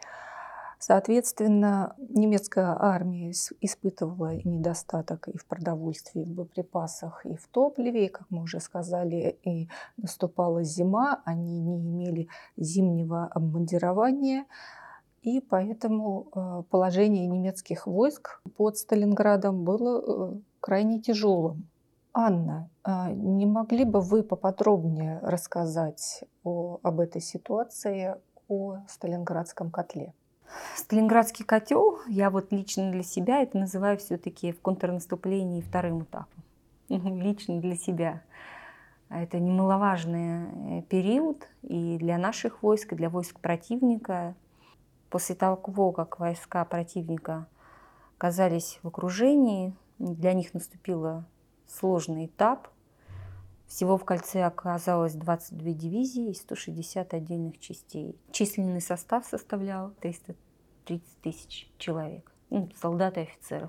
Соответственно, немецкая армия испытывала недостаток и в продовольствии, и в боеприпасах, и в топливе. И, как мы уже сказали, и наступала зима, они не имели зимнего обмундирования. И поэтому положение немецких войск под Сталинградом было крайне тяжелым. Анна, не могли бы вы поподробнее рассказать о, об этой ситуации, о Сталинградском котле? Сталинградский котел, я вот лично для себя это называю все-таки в контрнаступлении вторым этапом. Лично для себя. Это немаловажный период и для наших войск, и для войск противника. После того, как войска противника оказались в окружении, для них наступил сложный этап. Всего в кольце оказалось двадцать две дивизии и сто шестьдесят отдельных частей. Численный состав составлял триста тридцать тысяч человек, ну, солдат и офицеров.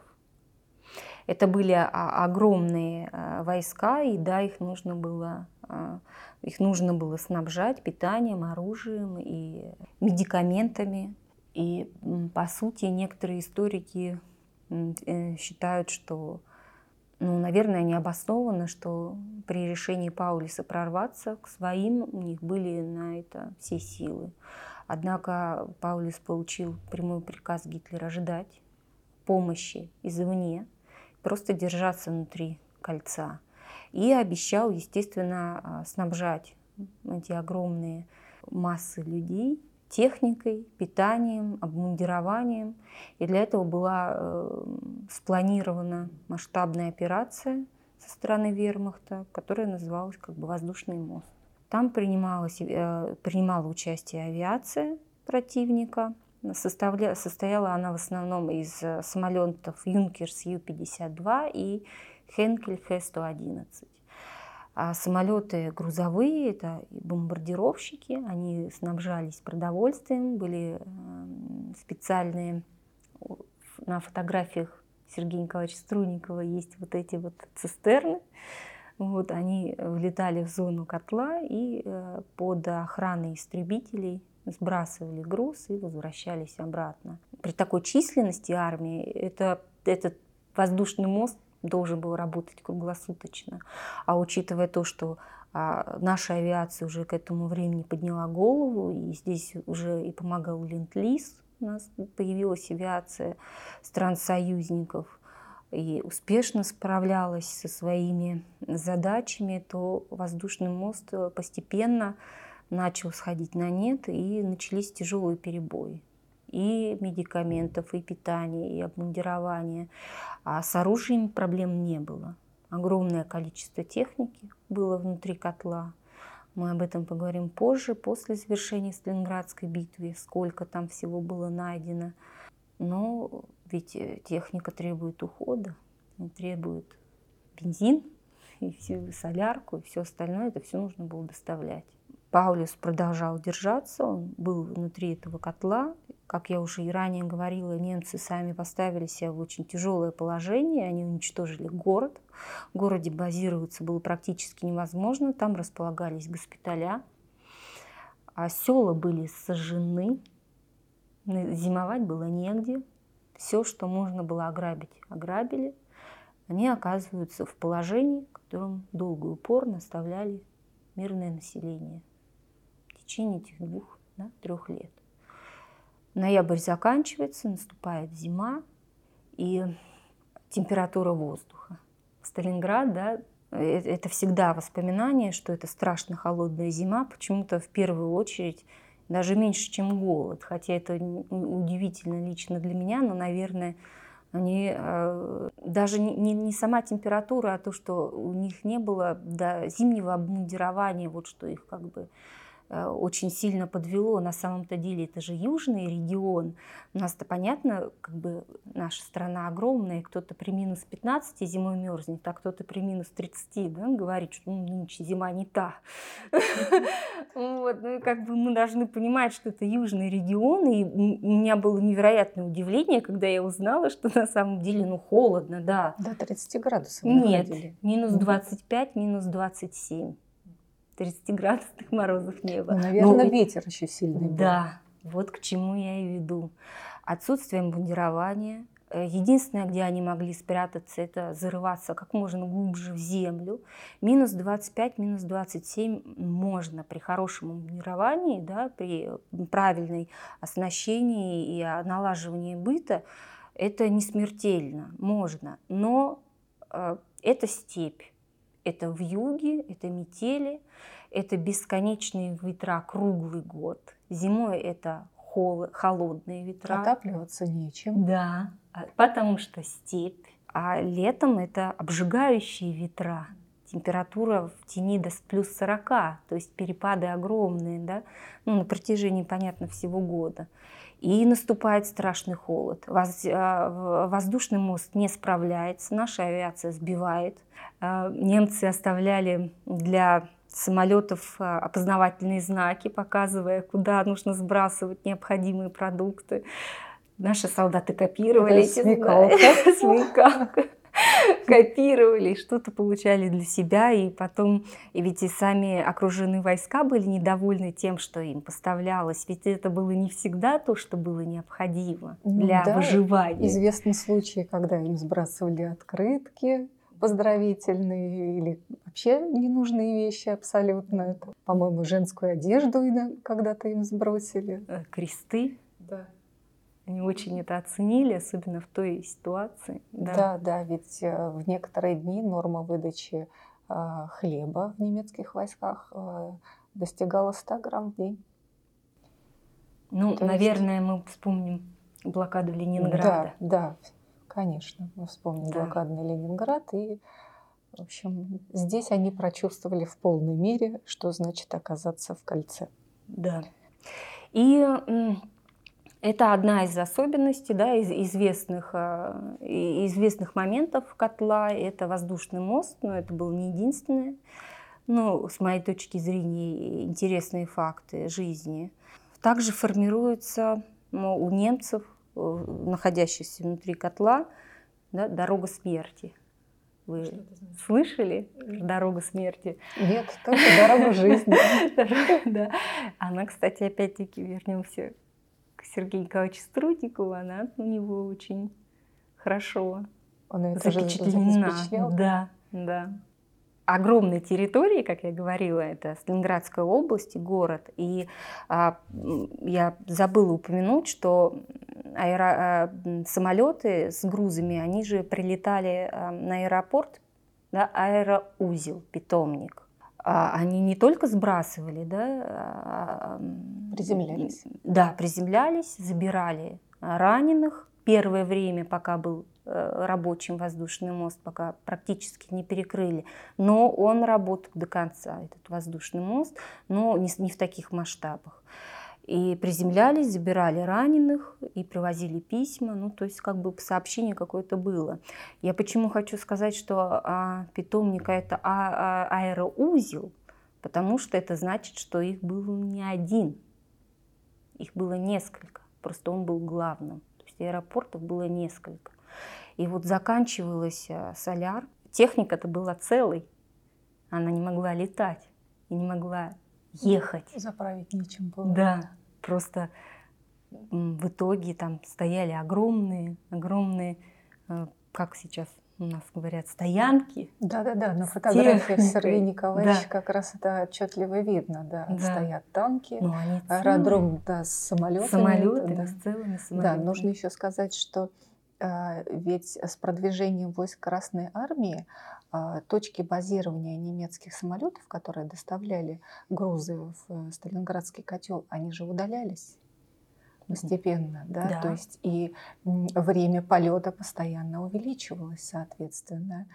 Это были огромные войска, и да, их нужно было, их нужно было снабжать питанием, оружием и медикаментами. И, по сути, некоторые историки считают, что, ну, наверное, необоснованно, что при решении Паулюса прорваться к своим у них были на это все силы. Однако Паулюс получил прямой приказ Гитлера ждать помощи извне, просто держаться внутри кольца. И обещал, естественно, снабжать эти огромные массы людей техникой, питанием, обмундированием. И для этого была э, спланирована масштабная операция со стороны вермахта, которая называлась как бы «Воздушный мост». Там принималась, принимала участие авиация противника. Составля, состояла она в основном из самолетов Юнкерс Ю пятьдесят два и Хенкель Х сто одиннадцать. А самолеты грузовые, это бомбардировщики, они снабжались продовольствием, были специальные, на фотографиях Сергея Николаевича Струнникова есть вот эти вот цистерны. Вот, они влетали в зону котла и под охраной истребителей сбрасывали груз и возвращались обратно. При такой численности армии это, этот воздушный мост должен был работать круглосуточно. А учитывая то, что а, наша авиация уже к этому времени подняла голову, и здесь уже и помогал Ленд-Лиз, у нас появилась авиация стран-союзников, и успешно справлялась со своими задачами, то воздушный мост постепенно начал сходить на нет, и начались тяжелые перебои. И медикаментов, и питания, и обмундирования. А с оружием проблем не было. Огромное количество техники было внутри котла. Мы об этом поговорим позже, после завершения Сталинградской битвы, сколько там всего было найдено. Но ведь техника требует ухода, требует бензин, и всю солярку, и все остальное. Это все нужно было доставлять. Паулюс продолжал держаться, он был внутри этого котла. Как я уже и ранее говорила, немцы сами поставили себя в очень тяжелое положение, они уничтожили город. В городе базироваться было практически невозможно, там располагались госпиталя, а села были сожжены, зимовать было негде. Все, что можно было ограбить, ограбили. Они оказываются в положении, в котором долго и упорно оставляли мирное население в течение этих двух, да, трех лет. Ноябрь заканчивается, наступает зима, и температура воздуха. Сталинград, да, это всегда воспоминание, что это страшно холодная зима, почему-то в первую очередь даже меньше, чем голод. Хотя это удивительно лично для меня, но, наверное, они, даже не, не сама температура, а то, что у них не было до зимнего обмундирования, вот что их как бы очень сильно подвело. На самом-то деле это же южный регион. У нас-то понятно, как бы наша страна огромная, кто-то при минус пятнадцати зимой мерзнет, а кто-то при минус тридцати, да, говорит, что ну, нынче зима не та. Вот, ну, как бы мы должны понимать, что это южный регион, и у меня было невероятное удивление, когда я узнала, что на самом деле, ну, холодно, да. До тридцати градусов. Нет, минус двадцать пять, минус двадцать семь. тридцатиградусных морозов не было. Ну, наверное, ну, ветер еще сильный был. Да, вот к чему я и веду. Отсутствие обмундирования. Единственное, где они могли спрятаться, это зарываться как можно глубже в землю. Минус двадцать пять, минус двадцать семь можно при хорошем обмундировании, да, при правильной оснащении и налаживании быта. Это не смертельно, можно. Но э, это степь. Это вьюги, это метели, это бесконечные ветра круглый год. Зимой это хол- холодные ветра. Отапливаться нечем. Да, потому что степь. А летом это обжигающие ветра. Температура в тени до плюс сорока, то есть перепады огромные, да? Ну, на протяжении, понятно, всего года. И наступает страшный холод. Воздушный мост не справляется, наша авиация сбивает. Немцы оставляли для самолетов опознавательные знаки, показывая, куда нужно сбрасывать необходимые продукты. Наши солдаты копировали эти знаки. Смекалка. Копировали, что-то получали для себя, и потом, и ведь и сами окруженные войска были недовольны тем, что им поставлялось, ведь это было не всегда то, что было необходимо для да, выживания. Известны случаи, когда им сбрасывали открытки поздравительные или вообще ненужные вещи абсолютно. По-моему, женскую одежду когда-то им сбросили. Кресты. Да. Они очень это оценили, особенно в той ситуации. Да, да, да, ведь в некоторые дни норма выдачи э, хлеба в немецких войсках э, достигала ста грамм в день. Ну, То наверное, есть... мы вспомним блокаду Ленинграда. Да, да, конечно. Мы вспомним да. блокадный Ленинград и В общем, здесь они прочувствовали в полной мере, что значит оказаться в кольце. Да. И это одна из особенностей, да, из известных, известных моментов котла. Это воздушный мост, но это был не единственное. Ну, с моей точки зрения, интересные факты жизни. Также формируется, ну, у немцев, находящихся внутри котла, да, дорога смерти. Вы слышали «Дорога смерти»? Нет, только «Дорога жизни». Да. Она, кстати, опять-таки, вернемся к Сергею Николаевичу Струтникову, она у него очень хорошо запечатлена. Да, да. Огромной территории, как я говорила, это Сталинградская область и город. И а, я забыла упомянуть, что аэро... а, самолеты с грузами, они же прилетали а, на аэропорт, да, аэроузел, питомник. А, они не только сбрасывали, да, а, приземлялись. Да, приземлялись, забирали раненых. Первое время, пока был рабочим воздушный мост, пока практически не перекрыли, но он работал до конца, этот воздушный мост, но не, не в таких масштабах. И приземлялись, забирали раненых и привозили письма, ну то есть как бы сообщение какое-то было. Я почему хочу сказать, что а, питомник это а, а, аэроузел, потому что это значит, что их был не один, их было несколько, просто он был главным. То есть аэропортов было несколько. И вот заканчивалась Соляр, техника-то была целой, она не могла летать и не могла ехать. Заправить нечем было. Да, просто в итоге там стояли огромные, огромные, как сейчас у нас говорят, стоянки. Да-да-да, на фотографиях Сергея Николаевича да. как раз это отчетливо видно. Да. Да. Стоят танки, ну, аэродром да, с самолетами. Самолеты, да. с целыми самолетами. Да, нужно еще сказать, что а, ведь с продвижением войск Красной Армии а, точки базирования немецких самолетов, которые доставляли грузы в Сталинградский котел, они же удалялись постепенно, да? Да. То есть и время полета постоянно увеличивалось, соответственно.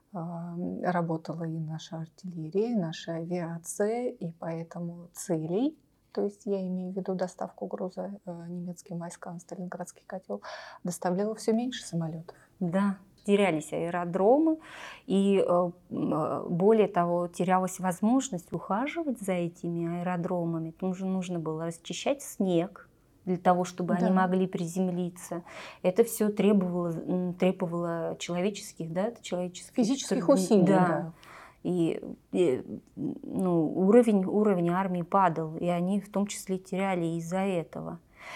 Работала и наша артиллерия, и наша авиация, и поэтому целей, то есть я имею в виду доставку груза немецким войскам в Сталинградский котел, доставляло все меньше самолетов. Да, терялись аэродромы, и более того, терялась возможность ухаживать за этими аэродромами, потому что нужно было расчищать снег, для того, чтобы да. они могли приземлиться. Это все требовало, требовало человеческих, да, человеческих физических усилий. Да. Да. И, и ну, уровень, уровень армии падал, и они в том числе теряли из-за этого.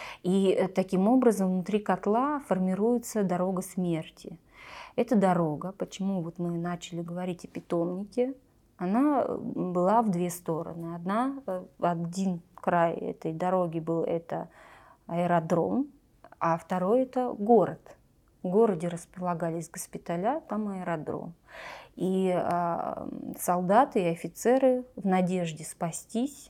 И таким образом внутри котла формируется дорога смерти. Эта дорога, почему вот мы начали говорить о питомнике, она была в две стороны. Одна, один край этой дороги был это аэродром, а второй это город. В городе располагались госпиталя, там аэродром. И а, солдаты и офицеры в надежде спастись,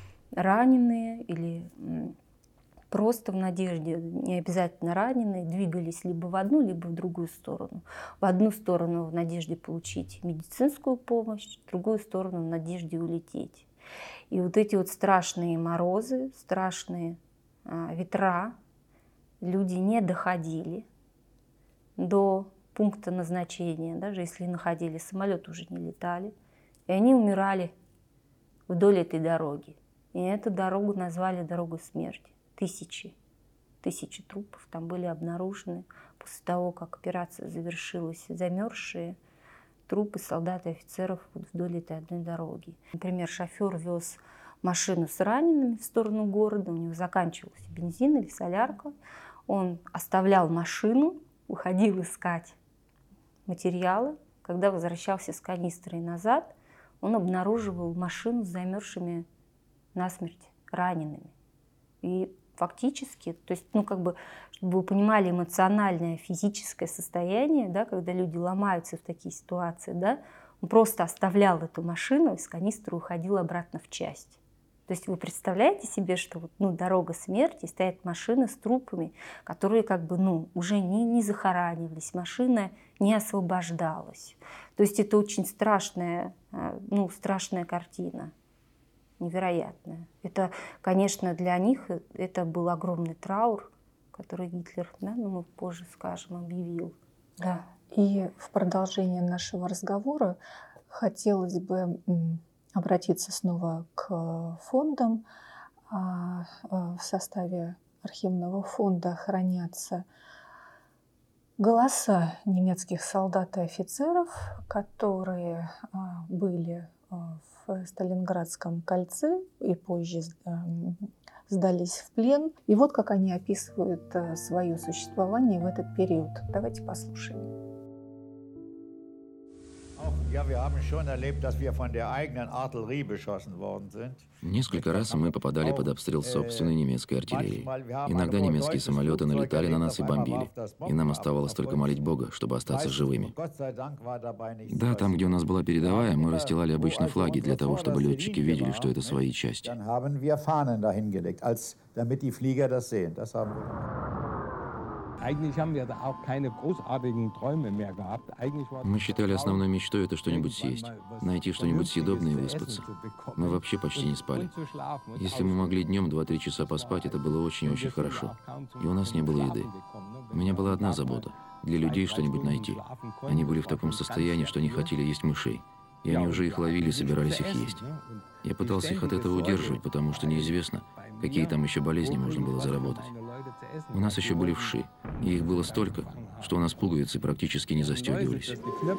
раненые или м, просто в надежде, не обязательно раненые, двигались либо в одну, либо в другую сторону. В одну сторону в надежде получить медицинскую помощь, в другую сторону в надежде улететь. И вот эти вот страшные морозы, страшные а, ветра, люди не доходили до пункта назначения, даже если находили, самолеты уже не летали, и они умирали вдоль этой дороги. И эту дорогу назвали дорогой смерти. Тысячи, тысячи трупов там были обнаружены после того, как операция завершилась, замерзшие трупы солдат и офицеров вот вдоль этой одной дороги. Например, шофер вез машину с ранеными в сторону города, у него заканчивался бензин или солярка, он оставлял машину, уходил искать материалы. Когда возвращался с канистрой назад, он обнаруживал машину с замерзшими насмерть ранеными. И фактически, то есть, ну, как бы, чтобы вы понимали эмоциональное, физическое состояние, да, когда люди ломаются в такие ситуации, да, он просто оставлял эту машину, из канистры уходил обратно в часть. То есть вы представляете себе, что вот, ну, дорога смерти, стоят машины с трупами, которые как бы, ну, уже не, не захоранивались, машина не освобождалась. То есть это очень страшная, ну, страшная картина, невероятная. Это, конечно, для них это был огромный траур, который Гитлер, да, ну, мы позже скажем, объявил. Да. И в продолжение нашего разговора хотелось бы обратиться снова к фондам. В составе архивного фонда хранятся голоса немецких солдат и офицеров, которые были в Сталинградском кольце и позже сдались в плен. И вот как они описывают свое существование в этот период. Давайте послушаем. Несколько раз мы попадали под обстрел собственной немецкой артиллерии. Иногда немецкие самолеты налетали на нас и бомбили. И нам оставалось только молить Бога, чтобы остаться живыми. Да, там, где у нас была передовая, мы расстилали обычно флаги для того, чтобы летчики видели, что это свои части. Мы считали основной мечтой это что-нибудь съесть, найти что-нибудь съедобное и выспаться. Мы вообще почти не спали. Если мы могли днем два-три часа поспать, это было очень-очень хорошо. И у нас не было еды. У меня была одна забота – для людей что-нибудь найти. Они были в таком состоянии, что не хотели есть мышей. И они уже их ловили и собирались их есть. Я пытался их от этого удерживать, потому что неизвестно, какие там еще болезни можно было заработать. У нас еще были вши, и их было столько, что у нас пуговицы практически не застегивались.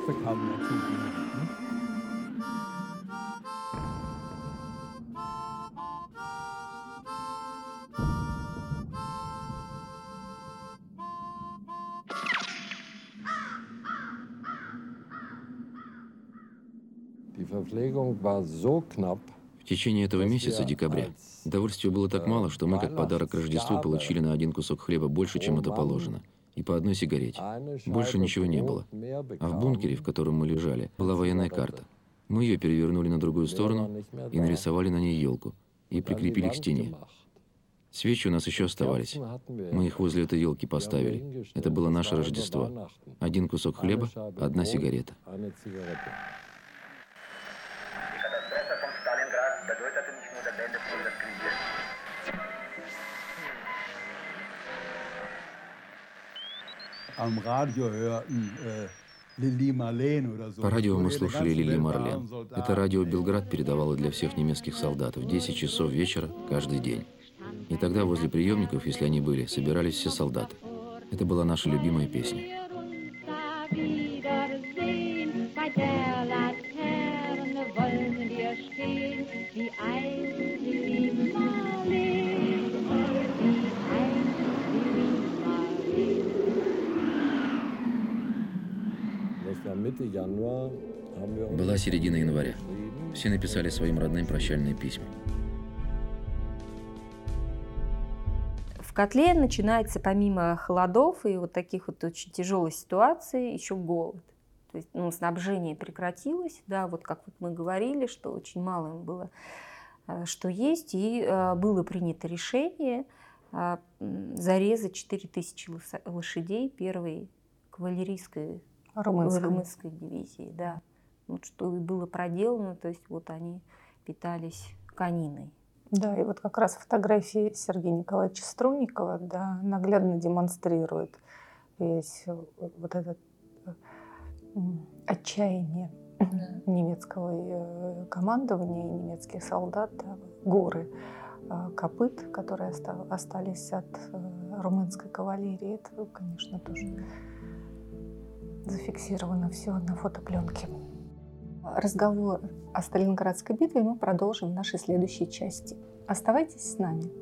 В течение этого месяца, декабря, довольствия было так мало, что мы, как подарок к Рождеству, получили на один кусок хлеба больше, чем это положено, и по одной сигарете. Больше ничего не было. А в бункере, в котором мы лежали, была военная карта. Мы ее перевернули на другую сторону и нарисовали на ней елку, и прикрепили к стене. Свечи у нас еще оставались. Мы их возле этой елки поставили. Это было наше Рождество. Один кусок хлеба, одна сигарета. По радио мы слушали Лили Марлен. Это радио Белград передавало для всех немецких солдат в десять часов вечера каждый день. И тогда возле приемников, если они были, собирались все солдаты. Это была наша любимая песня. Была середина января. Все написали своим родным прощальные письма. В котле начинается помимо холодов и вот таких вот очень тяжелых ситуаций еще голод. То есть, ну, снабжение прекратилось, да, вот как вот мы говорили, что очень мало им было что есть, и э, было принято решение э, зарезать четыре тысячи лошадей первой кавалерийской румынской. румынской дивизии, да. Вот что и было проделано, то есть вот они питались кониной. Да, и вот как раз фотографии Сергея Николаевича Струнникова, да, наглядно демонстрируют весь вот этот отчаяние да. немецкого командования и немецких солдат, да, горы копыт, которые остались от румынской кавалерии. Это, конечно, тоже зафиксировано все на фотопленке. Разговор о Сталинградской битве мы продолжим в нашей следующей части. Оставайтесь с нами.